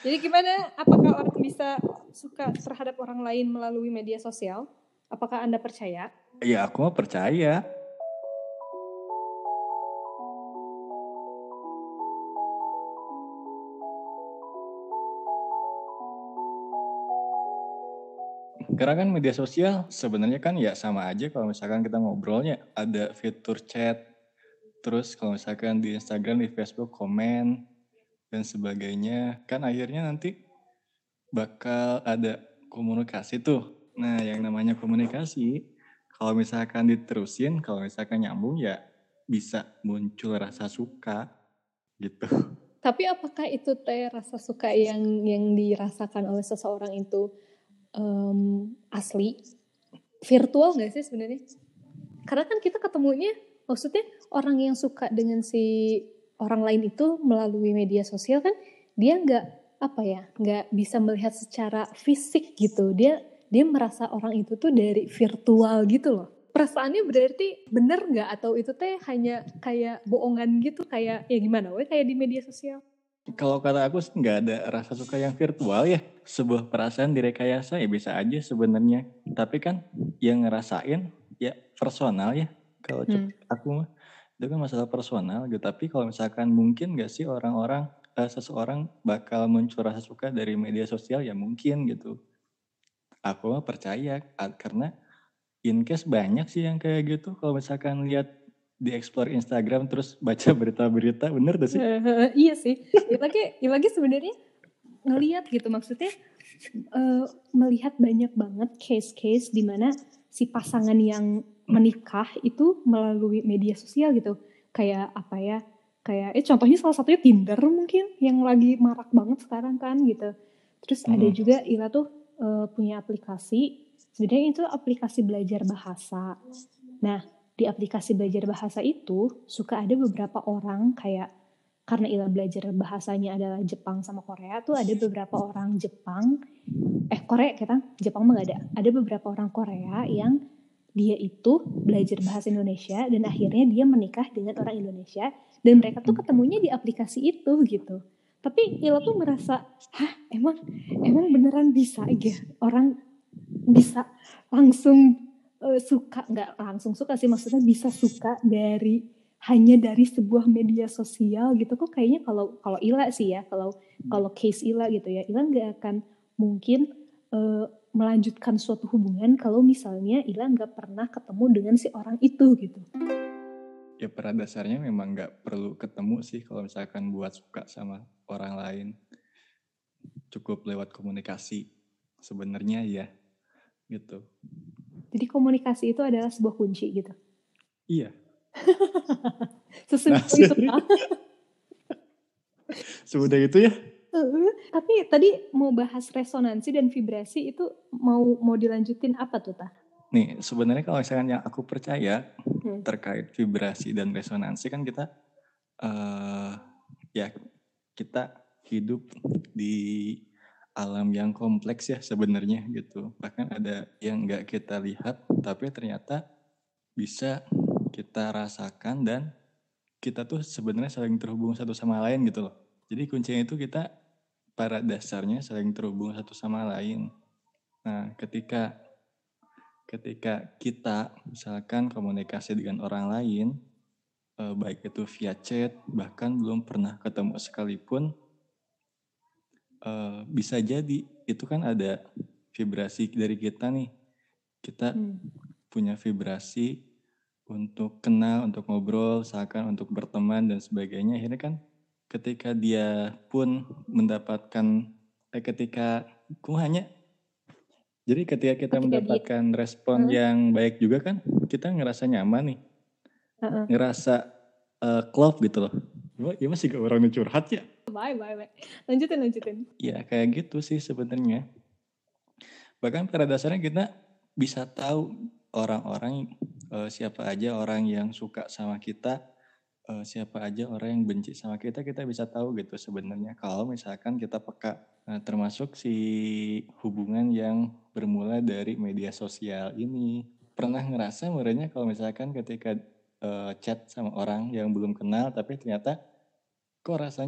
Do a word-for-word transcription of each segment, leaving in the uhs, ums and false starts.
Jadi gimana? Apakah orang bisa suka terhadap orang lain melalui media sosial? Apakah Anda percaya? Ya aku mah percaya. Karena kan media sosial sebenarnya kan ya sama aja kalau misalkan kita ngobrolnya ada fitur chat, terus kalau misalkan di Instagram, di Facebook komen dan sebagainya, kan akhirnya nanti bakal ada komunikasi tuh. Nah yang namanya komunikasi, kalau misalkan diterusin, kalau misalkan nyambung ya bisa muncul rasa suka gitu. Tapi apakah itu teh rasa suka yang yang dirasakan oleh seseorang itu um, asli? Virtual nggak sih sebenarnya? Karena kan kita ketemunya, maksudnya orang yang suka dengan si orang lain itu melalui media sosial kan dia nggak apa ya, nggak bisa melihat secara fisik gitu. Dia dia merasa orang itu tuh dari virtual gitu loh. Perasaannya berarti bener nggak atau itu teh hanya kayak bohongan gitu, kayak ya gimana weh kayak di media sosial? Kalau kata aku sih nggak ada rasa suka yang virtual ya. Sebuah perasaan direkayasa ya bisa aja sebenarnya. Tapi kan yang ngerasain ya personal ya. Kalau Hmm. aku mah itu kan masalah personal gitu. Tapi kalau misalkan mungkin nggak sih orang-orang eh, seseorang bakal muncul rasa suka dari media sosial ya mungkin gitu. Aku mah percaya karena in case banyak sih yang kayak gitu. Kalau misalkan lihat di explore Instagram terus baca berita-berita bener gak sih? Uh, iya sih. Ilagi, Ilagi sebenarnya ngelihat gitu maksudnya uh, melihat banyak banget case-case di mana si pasangan yang menikah itu melalui media sosial gitu. Kayak apa ya? Kayak eh contohnya salah satunya Tinder mungkin yang lagi marak banget sekarang kan gitu. Terus ada Mm-mm. juga Ila tuh uh, punya aplikasi. Sebenarnya itu aplikasi belajar bahasa. Nah, di aplikasi belajar bahasa itu suka ada beberapa orang kayak karena Ila belajar bahasanya adalah Jepang sama Korea tuh ada beberapa orang Jepang eh Korea kita Jepang mah gak ada ada beberapa orang Korea yang dia itu belajar bahasa Indonesia dan akhirnya dia menikah dengan orang Indonesia dan mereka tuh ketemunya di aplikasi itu gitu tapi Ila tuh merasa hah emang emang beneran bisa aja orang bisa langsung uh, suka nggak langsung suka sih maksudnya bisa suka dari hanya dari sebuah media sosial gitu kok kayaknya kalau kalau Ila sih ya kalau kalau case Ila gitu ya Ila nggak akan mungkin uh, melanjutkan suatu hubungan kalau misalnya Ila nggak pernah ketemu dengan si orang itu gitu. Ya pada dasarnya memang nggak perlu ketemu sih kalau misalkan buat suka sama orang lain. Cukup lewat komunikasi. Sebenarnya ya gitu. Jadi komunikasi itu adalah sebuah kunci gitu. Iya. Nah, Sesimpel itu kan. sudah itu ya. Uh, tapi tadi mau bahas resonansi dan vibrasi itu mau mau dilanjutin apa tuh Tah? Nih, sebenarnya kalau misalkan yang aku percaya Hmm. terkait vibrasi dan resonansi kan kita uh, ya kita hidup di alam yang kompleks ya sebenarnya gitu. Bahkan ada yang nggak kita lihat tapi ternyata bisa kita rasakan dan kita tuh sebenarnya saling terhubung satu sama lain gitu loh. Jadi kuncinya itu kita pada dasarnya saling terhubung satu sama lain. Nah, ketika ketika kita misalkan komunikasi dengan orang lain, eh, baik itu via chat, bahkan belum pernah ketemu sekalipun, eh, bisa jadi itu kan ada vibrasi dari kita nih. Kita Hmm. punya vibrasi untuk kenal, untuk ngobrol, seakan untuk berteman dan sebagainya. Akhirnya kan ketika dia pun mendapatkan, eh, ketika ku hanya, jadi ketika kita Ketika dia mendapatkan respon uh, yang baik juga kan, kita ngerasa nyaman nih, uh, ngerasa uh, klop gitu loh. Ya masih gak orang curhat ya? bye bye bye. Lanjutin lanjutin. Ya kayak gitu sih sebenarnya. Bahkan pada dasarnya kita bisa tahu orang-orang uh, siapa aja orang yang suka sama kita, uh, siapa aja orang yang benci sama kita, kita bisa tahu gitu sebenarnya kalau misalkan kita peka. Nah, termasuk si hubungan yang bermula dari media sosial ini. Pernah ngerasa merenya kalau misalkan ketika uh, chat sama orang yang belum kenal tapi ternyata kok rasanya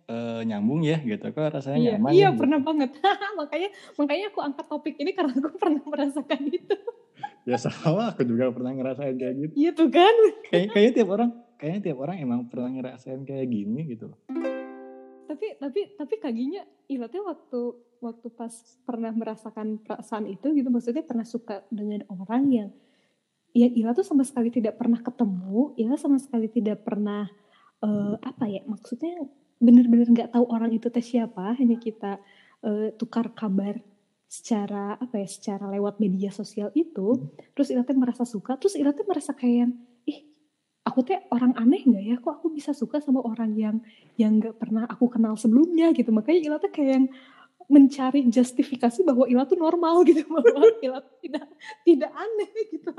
uh, nyambung ya gitu, kok rasanya iya, nyaman iya nih. pernah Gitu. banget. makanya makanya aku angkat topik ini karena aku pernah merasakan itu. Ya sama, aku juga pernah ngerasain kayak gitu. Iya tuh kan. Kayak kayaknya tiap orang, kayaknya tiap orang emang pernah ngerasain kayak gini gitu. tapi tapi tapi kaginya ilatnya waktu waktu pas pernah merasakan perasaan itu gitu, maksudnya pernah suka dengan orang yang yang Ila tuh sama sekali tidak pernah ketemu, Ila sama sekali tidak pernah uh, apa ya maksudnya bener-bener nggak tahu orang itu teh siapa, hanya kita uh, tukar kabar secara apa ya secara lewat media sosial itu, terus Ila tuh merasa suka, terus Ila tuh merasa kayak ih aku tuh orang aneh nggak ya, kok aku bisa suka sama orang yang yang nggak pernah aku kenal sebelumnya gitu. Makanya Ila tuh kayak yang mencari justifikasi bahwa Ila tuh normal gitu, bahwa Ila tuh tidak tidak aneh gitu.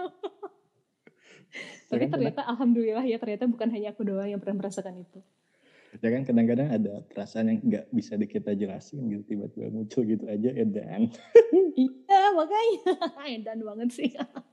Tapi ternyata alhamdulillah ya, ternyata bukan hanya aku doang yang pernah merasakan itu. Ya kan kadang-kadang ada perasaan yang nggak bisa kita jelasin gitu, tiba-tiba muncul gitu aja, edan. Iya makanya edan banget sih.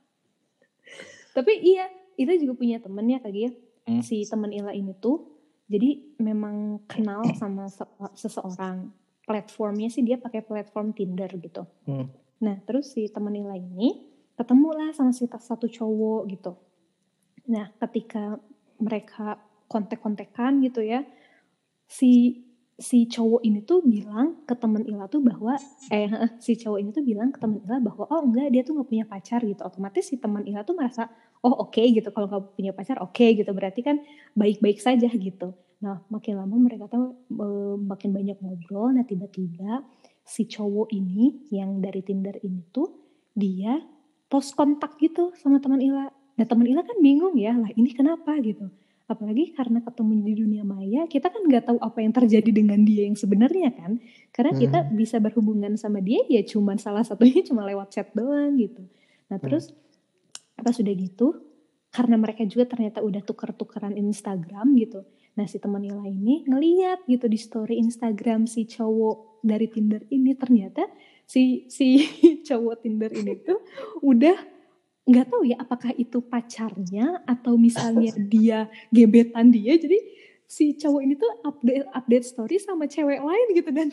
Tapi iya, Ila juga punya temen ya Kak Gia. Hmm. Si temen Ila ini tuh jadi memang kenal sama seseorang. Platformnya sih dia pakai platform Tinder gitu. Hmm. Nah terus si temen Ila ini ketemulah sama si satu cowok gitu. Nah ketika mereka kontek-kontekan gitu ya, si si cowok ini tuh bilang ke temen Ila tuh bahwa eh si cowok ini tuh bilang ke temen Ila bahwa oh enggak, dia tuh nggak punya pacar gitu. Otomatis si teman Ila tuh merasa oh oke okay, gitu, kalau nggak punya pacar oke okay, gitu, berarti kan baik-baik saja gitu. Nah makin lama mereka tuh e, makin banyak ngobrol. Nah tiba-tiba si cowok ini yang dari Tinder ini tuh dia post kontak gitu sama teman Ila. Nah teman Ila kan bingung ya, lah ini kenapa gitu. Apalagi karena ketemu di dunia maya, kita kan nggak tahu apa yang terjadi dengan dia yang sebenarnya kan. Karena kita hmm. bisa berhubungan sama dia ya cuma salah satunya cuma lewat chat doang gitu. Nah terus hmm. pas sudah gitu, karena mereka juga ternyata udah tuker-tukeran Instagram gitu. Nah si teman Ila ini ngeliat gitu di story Instagram si cowok dari Tinder ini, ternyata si si cowok Tinder ini tuh udah nggak tahu ya apakah itu pacarnya atau misalnya dia gebetan dia, jadi si cowok ini tuh update update story sama cewek lain gitu. Dan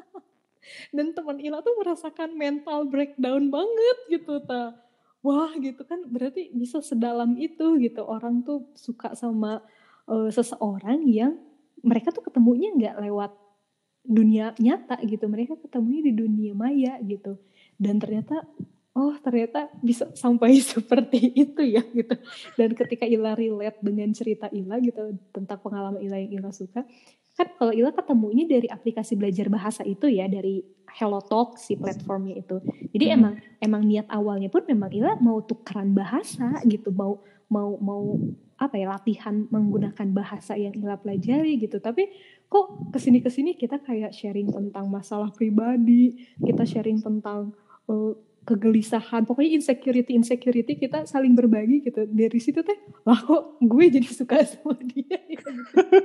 dan teman Ila tuh merasakan mental breakdown banget gitu ta. Wah gitu kan, berarti bisa sedalam itu gitu orang tuh suka sama uh, seseorang yang mereka tuh ketemunya nggak lewat dunia nyata gitu, mereka ketemunya di dunia maya gitu. Dan ternyata oh ternyata bisa sampai seperti itu ya gitu. Dan ketika Ila relate dengan cerita Ila gitu tentang pengalaman Ila yang Ila suka, kan kalau Ila ketemunya dari aplikasi belajar bahasa itu ya, dari HelloTalk si platformnya itu. Jadi hmm. emang emang niat awalnya pun memang Ila mau tukeran bahasa gitu, mau mau mau apa ya latihan menggunakan bahasa yang Ila pelajari gitu. Tapi kok kesini kesini kita kayak sharing tentang masalah pribadi, kita sharing tentang uh, kegelisahan, pokoknya insecurity insecurity kita saling berbagi gitu. Dari situ teh lah kok gue jadi suka sama dia ya, gitu.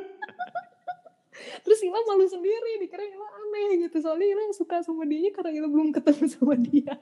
Terus Ila malu sendiri, dikira Ila aneh gitu, soalnya Ila suka sama dia karena Ila belum ketemu sama dia.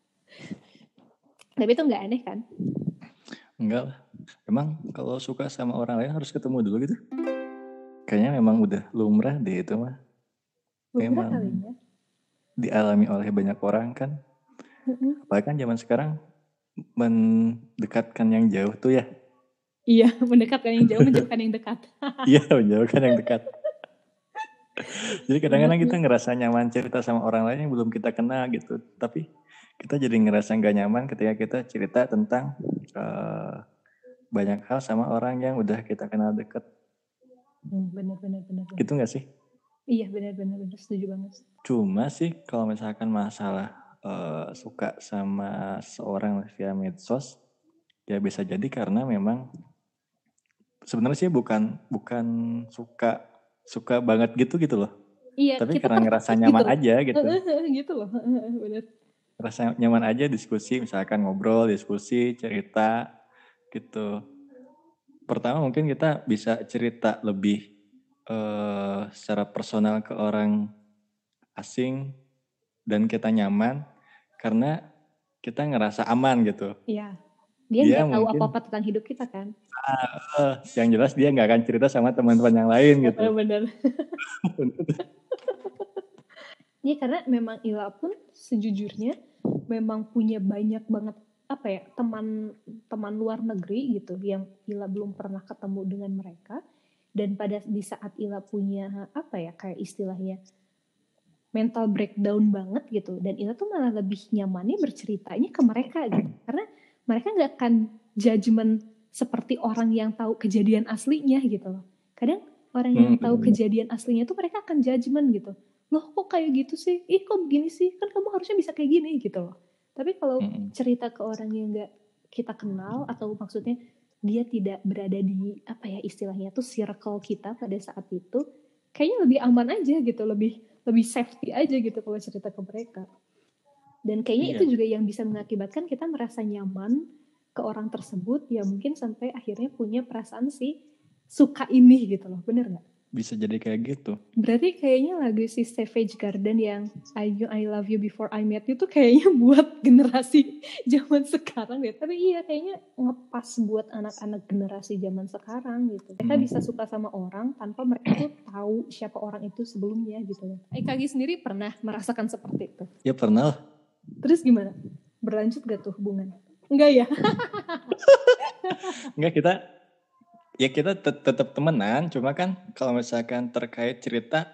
Tapi itu nggak aneh kan? Enggak lah, emang kalau suka sama orang lain harus ketemu dulu gitu. Kayaknya memang udah lumrah deh itu mah. Lumrah kali ya. Dialami oleh banyak orang kan. Mm-hmm. Apalagi kan zaman sekarang mendekatkan yang jauh tuh ya. Iya, mendekatkan yang jauh, menjauhkan yang dekat. Iya, menjauhkan yang dekat. Jadi kadang-kadang kita ngerasa nyaman cerita sama orang lain yang belum kita kenal gitu. Tapi kita jadi ngerasa gak nyaman ketika kita cerita tentang uh, banyak hal sama orang yang udah kita kenal deket. Hmm, bener, bener, bener, bener. Gitu gak sih? Iya, bener-bener, setuju banget. Cuma sih kalau misalkan masalah uh, suka sama seorang via medsos, ya bisa jadi karena memang sebenarnya sih bukan bukan suka suka banget gitu gitu loh. Iya, tapi karena ngerasa nyaman gitu aja gitu. Gitu loh, bener. Ngerasa nyaman aja diskusi, misalkan ngobrol, diskusi, cerita gitu. Pertama mungkin kita bisa cerita lebih uh, secara personal ke orang asing dan kita nyaman karena kita ngerasa aman gitu. Iya, Dia Dia nggak tahu mungkin apa-apa tentang hidup kita kan. eh, yang jelas dia nggak akan cerita sama teman-teman yang lain gitu. Benar. Iya, karena memang Ila pun sejujurnya memang punya banyak banget apa ya teman teman luar negeri gitu yang Ila belum pernah ketemu dengan mereka, dan pada di saat Ila punya apa ya kayak istilahnya mental breakdown banget gitu, dan Ila tuh malah lebih nyamannya berceritanya ke mereka gitu, karena mereka nggak akan judgement seperti orang yang tahu kejadian aslinya gitu loh. Kadang orang yang tahu kejadian aslinya tuh mereka akan judgement gitu, loh kok kayak gitu sih, ih kok begini sih, kan kamu harusnya bisa kayak gini gitu loh. Tapi kalau Mm-mm. cerita ke orang yang nggak kita kenal, atau maksudnya dia tidak berada di apa ya istilahnya tuh circle kita pada saat itu, kayaknya lebih aman aja gitu, lebih lebih safety aja gitu kalau cerita ke mereka. Dan kayaknya Iya. itu juga yang bisa mengakibatkan kita merasa nyaman ke orang tersebut, ya mungkin sampai akhirnya punya perasaan si suka ini gitu loh, bener nggak? Bisa jadi kayak gitu. Berarti kayaknya lagu si Savage Garden yang I, I Love You Before I Met You tuh kayaknya buat generasi zaman sekarang deh. Tapi iya kayaknya ngepas buat anak-anak generasi zaman sekarang gitu. Mereka Hmm. bisa suka sama orang tanpa mereka tuh tahu siapa orang itu sebelumnya gitu. E K G sendiri pernah merasakan seperti itu? Ya pernah. Terus gimana? Berlanjut gak tuh hubungan? Enggak ya? Enggak, kita ya kita tet- tetap temenan, cuma kan kalau misalkan terkait cerita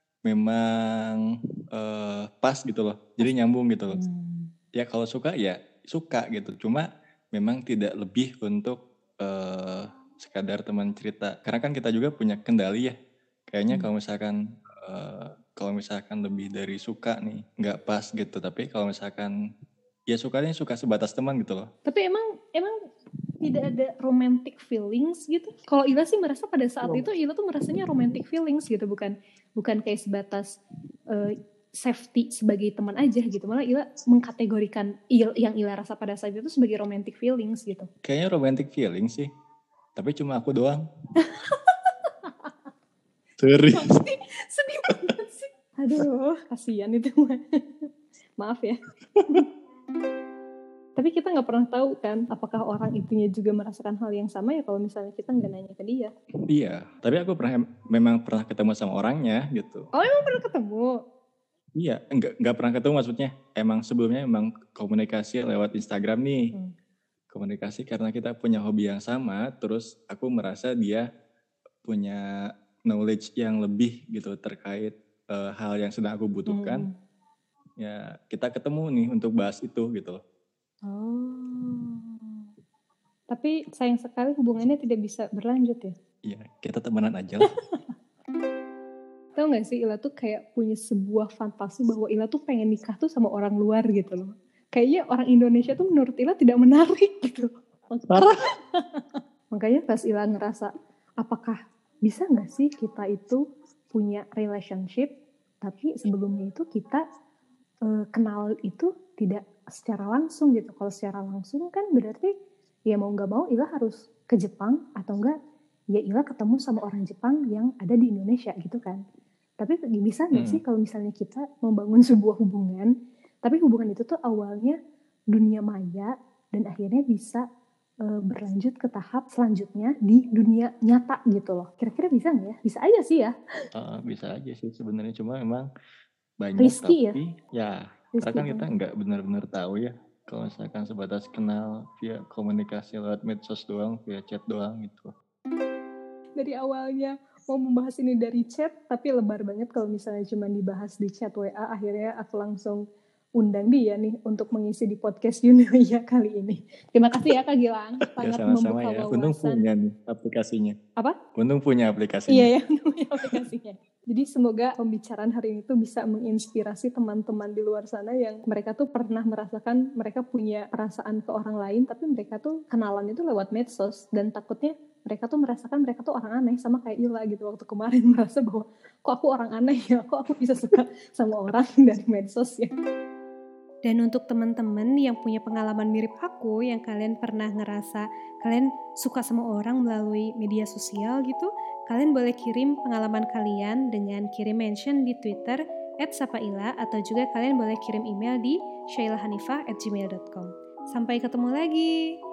memang uh, pas gitu loh, jadi nyambung gitu loh. Hmm. Ya kalau suka ya suka gitu, cuma memang tidak lebih untuk uh, sekadar teman cerita, karena kan kita juga punya kendali ya. Kayaknya hmm. kalau misalkan uh, kalau misalkan lebih dari suka nih nggak pas gitu, tapi kalau misalkan ya sukanya suka sebatas teman gitu loh. Tapi emang emang tidak ada romantic feelings gitu. Kalau Ila sih merasa pada saat oh. itu Ila tuh merasanya romantic feelings gitu, bukan bukan kayak sebatas uh, safety sebagai teman aja gitu. Malah Ila mengkategorikan Il, yang Ila rasa pada saat itu sebagai romantic feelings gitu. Kayaknya romantic feelings sih, tapi cuma aku doang. Serius. Sedih banget sih. Aduh, kasihan itu. Maaf ya. Tapi kita nggak pernah tahu kan apakah orang itunya juga merasakan hal yang sama ya kalau misalnya kita nggak nanya ke dia. Iya, tapi aku pernah memang pernah ketemu sama orangnya gitu. Oh, emang pernah ketemu? Iya, enggak enggak pernah ketemu maksudnya. Emang sebelumnya emang komunikasi lewat Instagram nih. Hmm. Komunikasi karena kita punya hobi yang sama, terus aku merasa dia punya knowledge yang lebih gitu terkait uh, hal yang sedang aku butuhkan. Hmm. Ya, kita ketemu nih untuk bahas itu gitu loh. Oh. Tapi sayang sekali hubungannya tidak bisa berlanjut ya? Iya, kita temenan aja lah. Tahu gak sih, Ila tuh kayak punya sebuah fantasi bahwa Ila tuh pengen nikah tuh sama orang luar gitu loh. Kayaknya orang Indonesia tuh menurut Ila tidak menarik gitu. Parah. Makanya pas Ila ngerasa, apakah bisa gak sih kita itu punya relationship, tapi sebelumnya itu kita uh, kenal itu tidak secara langsung gitu. Kalau secara langsung kan berarti ya mau gak mau Ila harus ke Jepang, atau enggak ya Ila ketemu sama orang Jepang yang ada di Indonesia gitu kan. Tapi bisa gak hmm. sih kalau misalnya kita membangun sebuah hubungan, tapi hubungan itu tuh awalnya dunia maya dan akhirnya bisa uh, berlanjut ke tahap selanjutnya di dunia nyata gitu loh. Kira-kira bisa gak ya? Bisa aja sih ya. Uh, bisa aja sih sebenarnya, cuma memang banyak risky tapi ya, ya karena kan kita nggak benar-benar tahu ya. Kalau misalkan sebatas kenal via komunikasi lewat medsos doang, via chat doang gitu. Dari awalnya mau membahas ini dari chat, tapi lebar banget kalau misalnya cuma dibahas di chat W A. Akhirnya aku langsung undang dia nih untuk mengisi di podcast Yunoya kali ini. Terima kasih ya Kak Gilang, sangat ya, membuka ya. wawasan. Untung punya nih aplikasinya. Apa? Untung punya aplikasinya. Iya ya, untung punya aplikasinya. Jadi semoga pembicaraan hari ini tuh bisa menginspirasi teman-teman di luar sana yang mereka tuh pernah merasakan mereka punya perasaan ke orang lain, tapi mereka tuh kenalan itu lewat medsos, dan takutnya mereka tuh merasakan mereka tuh orang aneh, sama kayak Ila gitu waktu kemarin merasa bahwa kok aku orang aneh ya, kok aku bisa suka sama orang dari medsos ya. Dan untuk teman-teman yang punya pengalaman mirip aku, yang kalian pernah ngerasa kalian suka sama orang melalui media sosial gitu, kalian boleh kirim pengalaman kalian dengan kirim mention di Twitter at sapaila, atau juga kalian boleh kirim email di shailahanifah at gmail dot com. Sampai ketemu lagi.